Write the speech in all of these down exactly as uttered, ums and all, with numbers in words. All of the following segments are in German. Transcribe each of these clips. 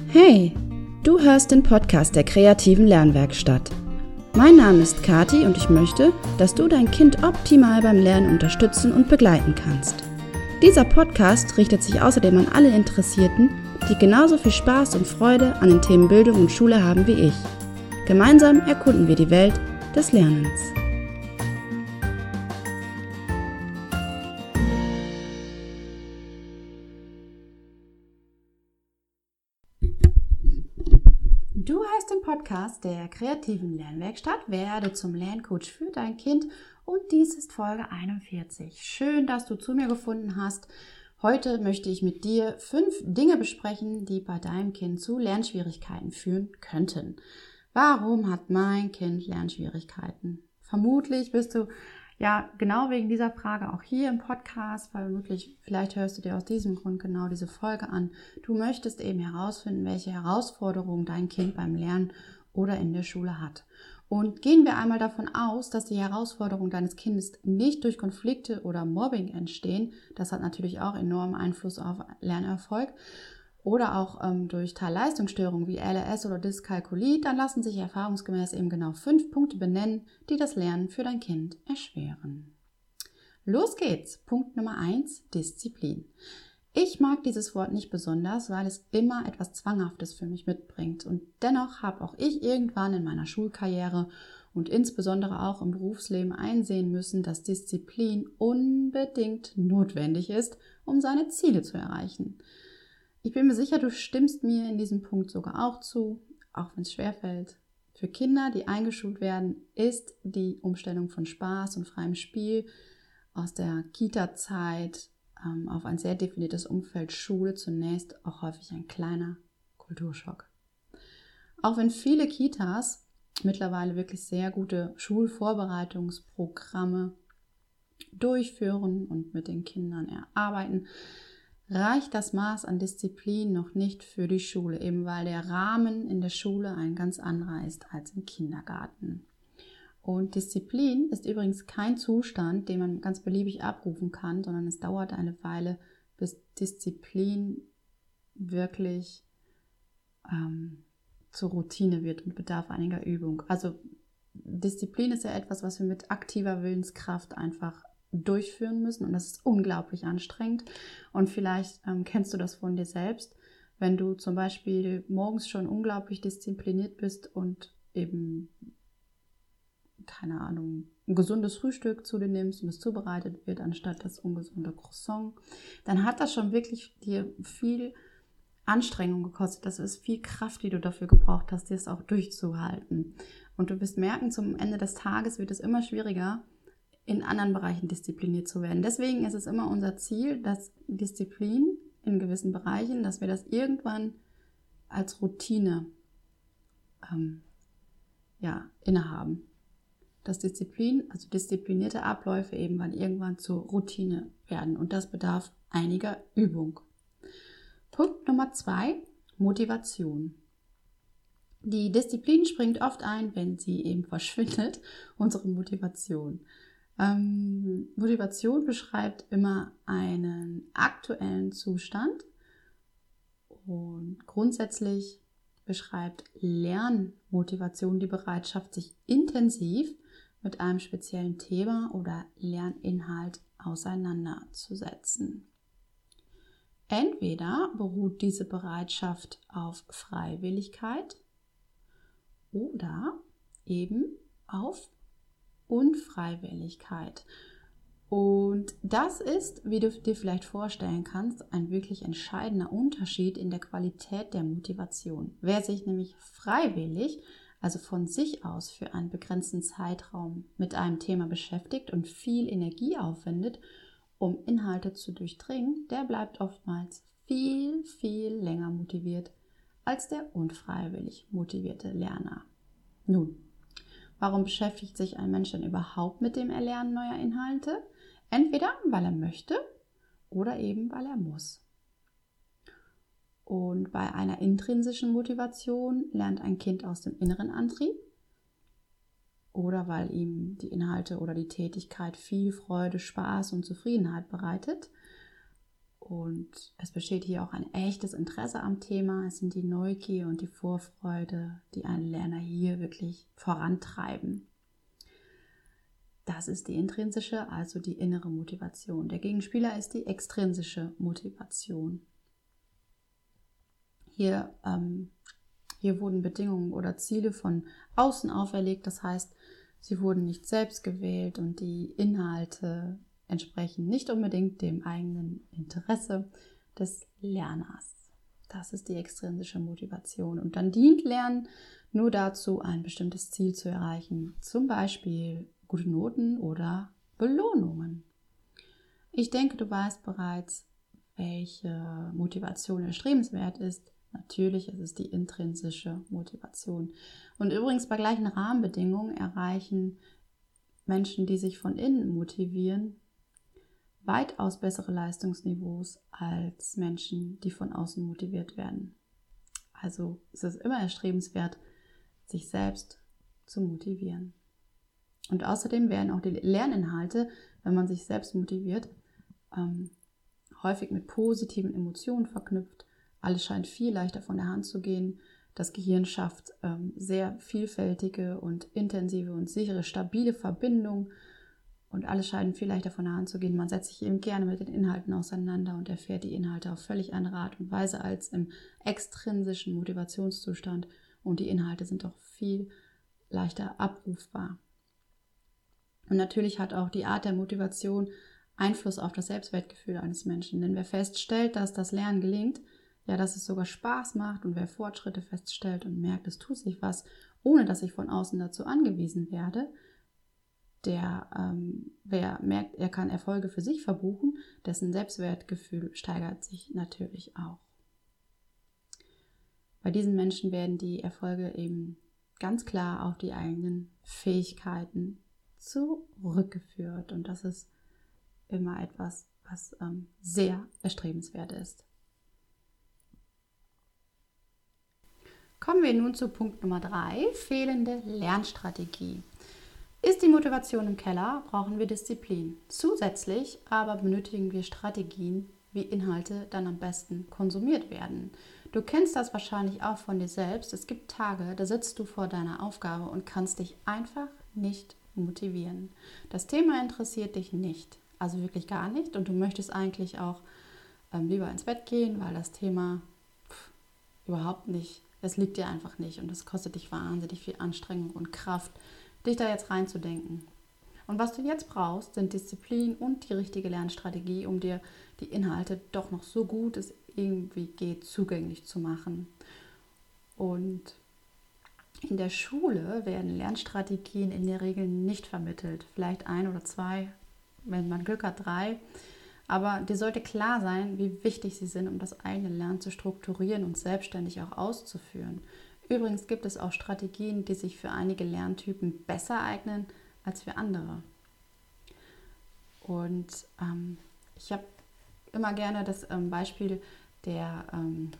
Hey, du hörst den Podcast der kreativen Lernwerkstatt. Mein Name ist Kati und ich möchte, dass du dein Kind optimal beim Lernen unterstützen und begleiten kannst. Dieser Podcast richtet sich außerdem an alle Interessierten, die genauso viel Spaß und Freude an den Themen Bildung und Schule haben wie ich. Gemeinsam erkunden wir die Welt des Lernens. Du hörst den Podcast der kreativen Lernwerkstatt, werde zum Lerncoach für dein Kind und dies ist Folge einundvierzig. Schön, dass du zu mir gefunden hast. Heute möchte ich mit dir fünf Dinge besprechen, die bei deinem Kind zu Lernschwierigkeiten führen könnten. Warum hat mein Kind Lernschwierigkeiten? Vermutlich bist du ja genau wegen dieser Frage auch hier im Podcast, weil wirklich, vielleicht hörst du dir aus diesem Grund genau diese Folge an. Du möchtest eben herausfinden, welche Herausforderungen dein Kind beim Lernen oder in der Schule hat. Und gehen wir einmal davon aus, dass die Herausforderungen deines Kindes nicht durch Konflikte oder Mobbing entstehen. Das hat natürlich auch enormen Einfluss auf Lernerfolg. Oder auch ähm, durch Teilleistungsstörungen wie L R S oder Dyskalkulie, dann lassen sich erfahrungsgemäß eben genau fünf Punkte benennen, die das Lernen für dein Kind erschweren. Los geht's! Punkt Nummer eins, Disziplin. Ich mag dieses Wort nicht besonders, weil es immer etwas Zwanghaftes für mich mitbringt. Und dennoch habe auch ich irgendwann in meiner Schulkarriere und insbesondere auch im Berufsleben einsehen müssen, dass Disziplin unbedingt notwendig ist, um seine Ziele zu erreichen. Ich bin mir sicher, du stimmst mir in diesem Punkt sogar auch zu, auch wenn es schwerfällt. Für Kinder, die eingeschult werden, ist die Umstellung von Spaß und freiem Spiel aus der Kita-Zeit ähm, auf ein sehr definiertes Umfeld Schule zunächst auch häufig ein kleiner Kulturschock. Auch wenn viele Kitas mittlerweile wirklich sehr gute Schulvorbereitungsprogramme durchführen und mit den Kindern erarbeiten, reicht das Maß an Disziplin noch nicht für die Schule, eben weil der Rahmen in der Schule ein ganz anderer ist als im Kindergarten. Und Disziplin ist übrigens kein Zustand, den man ganz beliebig abrufen kann, sondern es dauert eine Weile, bis Disziplin wirklich ähm, zur Routine wird und bedarf einiger Übung. Also Disziplin ist ja etwas, was wir mit aktiver Willenskraft einfach durchführen müssen und das ist unglaublich anstrengend und vielleicht ähm, kennst du das von dir selbst, wenn du zum Beispiel morgens schon unglaublich diszipliniert bist und eben, keine Ahnung, ein gesundes Frühstück zu dir nimmst und es zubereitet wird, anstatt das ungesunde Croissant, dann hat das schon wirklich dir viel Anstrengung gekostet. Das ist viel Kraft, die du dafür gebraucht hast, dir es auch durchzuhalten. Und du wirst merken, zum Ende des Tages wird es immer schwieriger, in anderen Bereichen diszipliniert zu werden. Deswegen ist es immer unser Ziel, dass Disziplin in gewissen Bereichen, dass wir das irgendwann als Routine ähm, ja, innehaben. Dass Disziplin, also disziplinierte Abläufe eben dann irgendwann zur Routine werden. Und das bedarf einiger Übung. Punkt Nummer zwei, Motivation. Die Disziplin springt oft ein, wenn sie eben verschwindet, unsere Motivation. Ähm, Motivation beschreibt immer einen aktuellen Zustand und grundsätzlich beschreibt Lernmotivation die Bereitschaft, sich intensiv mit einem speziellen Thema oder Lerninhalt auseinanderzusetzen. Entweder beruht diese Bereitschaft auf Freiwilligkeit oder eben auf Unfreiwilligkeit. Und das ist, wie du dir vielleicht vorstellen kannst, ein wirklich entscheidender Unterschied in der Qualität der Motivation. Wer sich nämlich freiwillig, also von sich aus für einen begrenzten Zeitraum mit einem Thema beschäftigt und viel Energie aufwendet, um Inhalte zu durchdringen, der bleibt oftmals viel, viel länger motiviert als der unfreiwillig motivierte Lerner. Nun, warum beschäftigt sich ein Mensch denn überhaupt mit dem Erlernen neuer Inhalte? Entweder weil er möchte oder eben weil er muss. Und bei einer intrinsischen Motivation lernt ein Kind aus dem inneren Antrieb oder weil ihm die Inhalte oder die Tätigkeit viel Freude, Spaß und Zufriedenheit bereitet. Und es besteht hier auch ein echtes Interesse am Thema. Es sind die Neugier und die Vorfreude, die einen Lerner hier wirklich vorantreiben. Das ist die intrinsische, also die innere Motivation. Der Gegenspieler ist die extrinsische Motivation. Hier, ähm, hier wurden Bedingungen oder Ziele von außen auferlegt. Das heißt, sie wurden nicht selbst gewählt und die Inhalte entsprechen nicht unbedingt dem eigenen Interesse des Lerners. Das ist die extrinsische Motivation. Und dann dient Lernen nur dazu, ein bestimmtes Ziel zu erreichen. Zum Beispiel gute Noten oder Belohnungen. Ich denke, du weißt bereits, welche Motivation erstrebenswert ist. Natürlich ist es die intrinsische Motivation. Und übrigens bei gleichen Rahmenbedingungen erreichen Menschen, die sich von innen motivieren, weitaus bessere Leistungsniveaus als Menschen, die von außen motiviert werden. Also es ist immer erstrebenswert, sich selbst zu motivieren. Und außerdem werden auch die Lerninhalte, wenn man sich selbst motiviert, ähm, häufig mit positiven Emotionen verknüpft. Alles scheint viel leichter von der Hand zu gehen. Das Gehirn schafft ähm, sehr vielfältige und intensive und sichere, stabile Verbindungen. Und alles scheint viel leichter von der Hand zu gehen. Man setzt sich eben gerne mit den Inhalten auseinander und erfährt die Inhalte auf völlig andere Art und Weise als im extrinsischen Motivationszustand. Und die Inhalte sind auch viel leichter abrufbar. Und natürlich hat auch die Art der Motivation Einfluss auf das Selbstwertgefühl eines Menschen. Denn wer feststellt, dass das Lernen gelingt, ja, dass es sogar Spaß macht und wer Fortschritte feststellt und merkt, es tut sich was, ohne dass ich von außen dazu angewiesen werde, der, ähm, wer merkt, er kann Erfolge für sich verbuchen, dessen Selbstwertgefühl steigert sich natürlich auch. Bei diesen Menschen werden die Erfolge eben ganz klar auf die eigenen Fähigkeiten zurückgeführt. Und das ist immer etwas, was ähm, sehr erstrebenswert ist. Kommen wir nun zu Punkt Nummer drei, fehlende Lernstrategie. Ist die Motivation im Keller, brauchen wir Disziplin. Zusätzlich aber benötigen wir Strategien, wie Inhalte dann am besten konsumiert werden. Du kennst das wahrscheinlich auch von dir selbst. Es gibt Tage, da sitzt du vor deiner Aufgabe und kannst dich einfach nicht motivieren. Das Thema interessiert dich nicht, also wirklich gar nicht. Und du möchtest eigentlich auch ähm, lieber ins Bett gehen, weil das Thema pff, überhaupt nicht, es liegt dir einfach nicht. Und es kostet dich wahnsinnig viel Anstrengung und Kraft, dich da jetzt reinzudenken. Und was du jetzt brauchst, sind Disziplin und die richtige Lernstrategie, um dir die Inhalte doch noch so gut es irgendwie geht, zugänglich zu machen. Und in der Schule werden Lernstrategien in der Regel nicht vermittelt. Vielleicht ein oder zwei, wenn man Glück hat, drei. Aber dir sollte klar sein, wie wichtig sie sind, um das eigene Lernen zu strukturieren und selbstständig auch auszuführen. Übrigens gibt es auch Strategien, die sich für einige Lerntypen besser eignen als für andere. Und ähm, ich habe immer gerne das ähm, Beispiel der, ähm,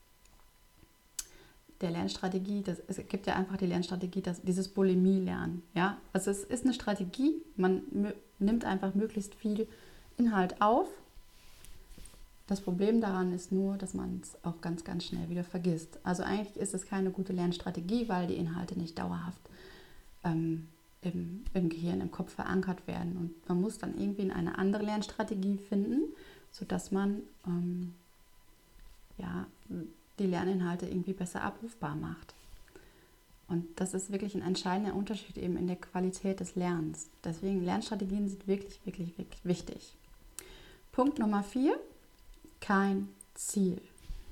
der Lernstrategie. Das, es gibt ja einfach die Lernstrategie, das, dieses Bulimie-Lernen. Ja? Also es ist eine Strategie, man m- nimmt einfach möglichst viel Inhalt auf. Das Problem daran ist nur, dass man es auch ganz, ganz schnell wieder vergisst. Also eigentlich ist es keine gute Lernstrategie, weil die Inhalte nicht dauerhaft ähm, im, im Gehirn, im Kopf verankert werden. Und man muss dann irgendwie eine andere Lernstrategie finden, sodass man ähm, ja, die Lerninhalte irgendwie besser abrufbar macht. Und das ist wirklich ein entscheidender Unterschied eben in der Qualität des Lernens. Deswegen Lernstrategien sind wirklich, wirklich, wirklich wichtig. Punkt Nummer vier. Kein Ziel.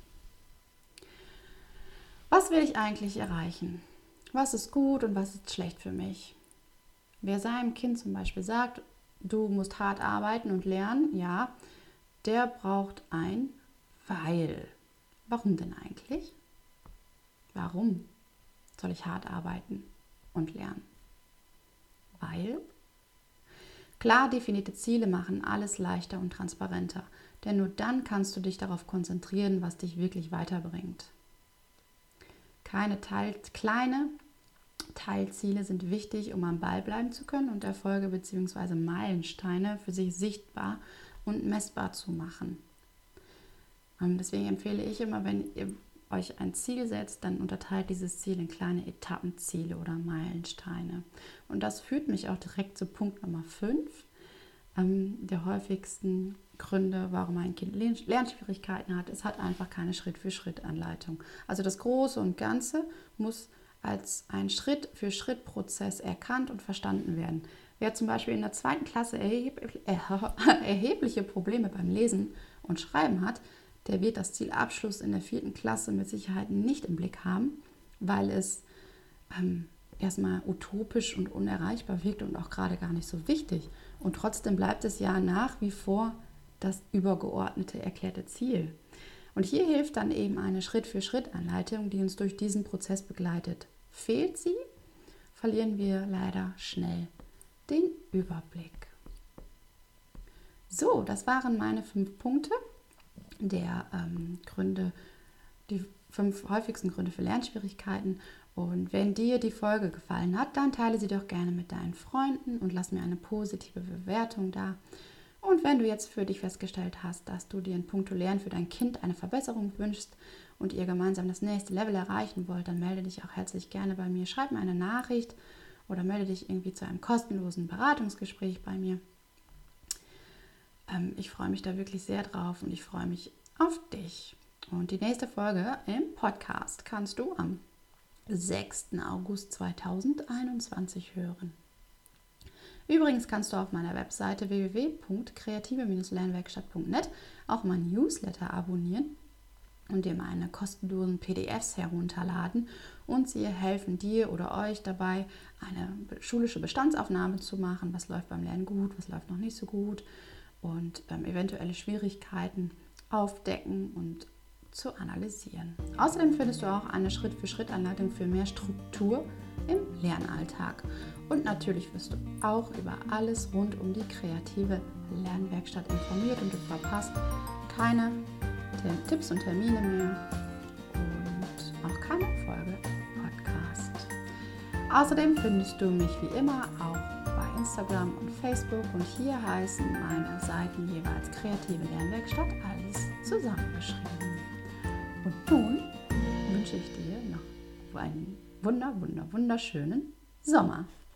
Was will ich eigentlich erreichen? Was ist gut und was ist schlecht für mich? Wer seinem Kind zum Beispiel sagt, du musst hart arbeiten und lernen, ja, der braucht ein Weil. Warum denn eigentlich? Warum soll ich hart arbeiten und lernen? Weil klar definierte Ziele machen alles leichter und transparenter. Denn nur dann kannst du dich darauf konzentrieren, was dich wirklich weiterbringt. Keine Teil, kleine Teilziele sind wichtig, um am Ball bleiben zu können und Erfolge bzw. Meilensteine für sich sichtbar und messbar zu machen. Ähm, deswegen empfehle ich immer, wenn ihr euch ein Ziel setzt, dann unterteilt dieses Ziel in kleine Etappenziele oder Meilensteine. Und das führt mich auch direkt zu Punkt Nummer fünf, ähm, der häufigsten Gründe, warum ein Kind Lernschwierigkeiten hat. Es hat einfach keine Schritt-für-Schritt-Anleitung. Also das Große und Ganze muss als ein Schritt-für-Schritt-Prozess erkannt und verstanden werden. Wer zum Beispiel in der zweiten Klasse erheb- erhebliche Probleme beim Lesen und Schreiben hat, der wird das Ziel Abschluss in der vierten Klasse mit Sicherheit nicht im Blick haben, weil es ähm, erstmal utopisch und unerreichbar wirkt und auch gerade gar nicht so wichtig. Und trotzdem bleibt es ja nach wie vor das übergeordnete erklärte Ziel. Und hier hilft dann eben eine Schritt-für-Schritt-Anleitung, die uns durch diesen Prozess begleitet. Fehlt sie, verlieren wir leider schnell den Überblick. So, das waren meine fünf Punkte der ähm, Gründe, die fünf häufigsten Gründe für Lernschwierigkeiten. Und wenn dir die Folge gefallen hat, dann teile sie doch gerne mit deinen Freunden und lass mir eine positive Bewertung da. Und wenn du jetzt für dich festgestellt hast, dass du dir in puncto Lernen für dein Kind eine Verbesserung wünschst und ihr gemeinsam das nächste Level erreichen wollt, dann melde dich auch herzlich gerne bei mir. Schreib mir eine Nachricht oder melde dich irgendwie zu einem kostenlosen Beratungsgespräch bei mir. Ähm, ich freue mich da wirklich sehr drauf und ich freue mich auf dich. Und die nächste Folge im Podcast kannst du am sechsten August zweitausendeinundzwanzig hören. Übrigens kannst du auf meiner Webseite w w w punkt kreative lernwerkstatt punkt net auch mein Newsletter abonnieren und dir meine kostenlosen P D Fs herunterladen und sie helfen dir oder euch dabei, eine schulische Bestandsaufnahme zu machen. Was läuft beim Lernen gut, was läuft noch nicht so gut und ähm, eventuelle Schwierigkeiten aufdecken und zu analysieren. Außerdem findest du auch eine Schritt-für-Schritt-Anleitung für mehr Struktur im Lernalltag. Und natürlich wirst du auch über alles rund um die kreative Lernwerkstatt informiert und du verpasst keine Tipps und Termine mehr und auch keine Folge Podcast. Außerdem findest du mich wie immer auch bei Instagram und Facebook und hier heißen meine Seiten jeweils Kreative Lernwerkstatt, alles zusammengeschrieben. Und nun wünsche ich dir noch einen wunder, wunder, wunderschönen Sommer.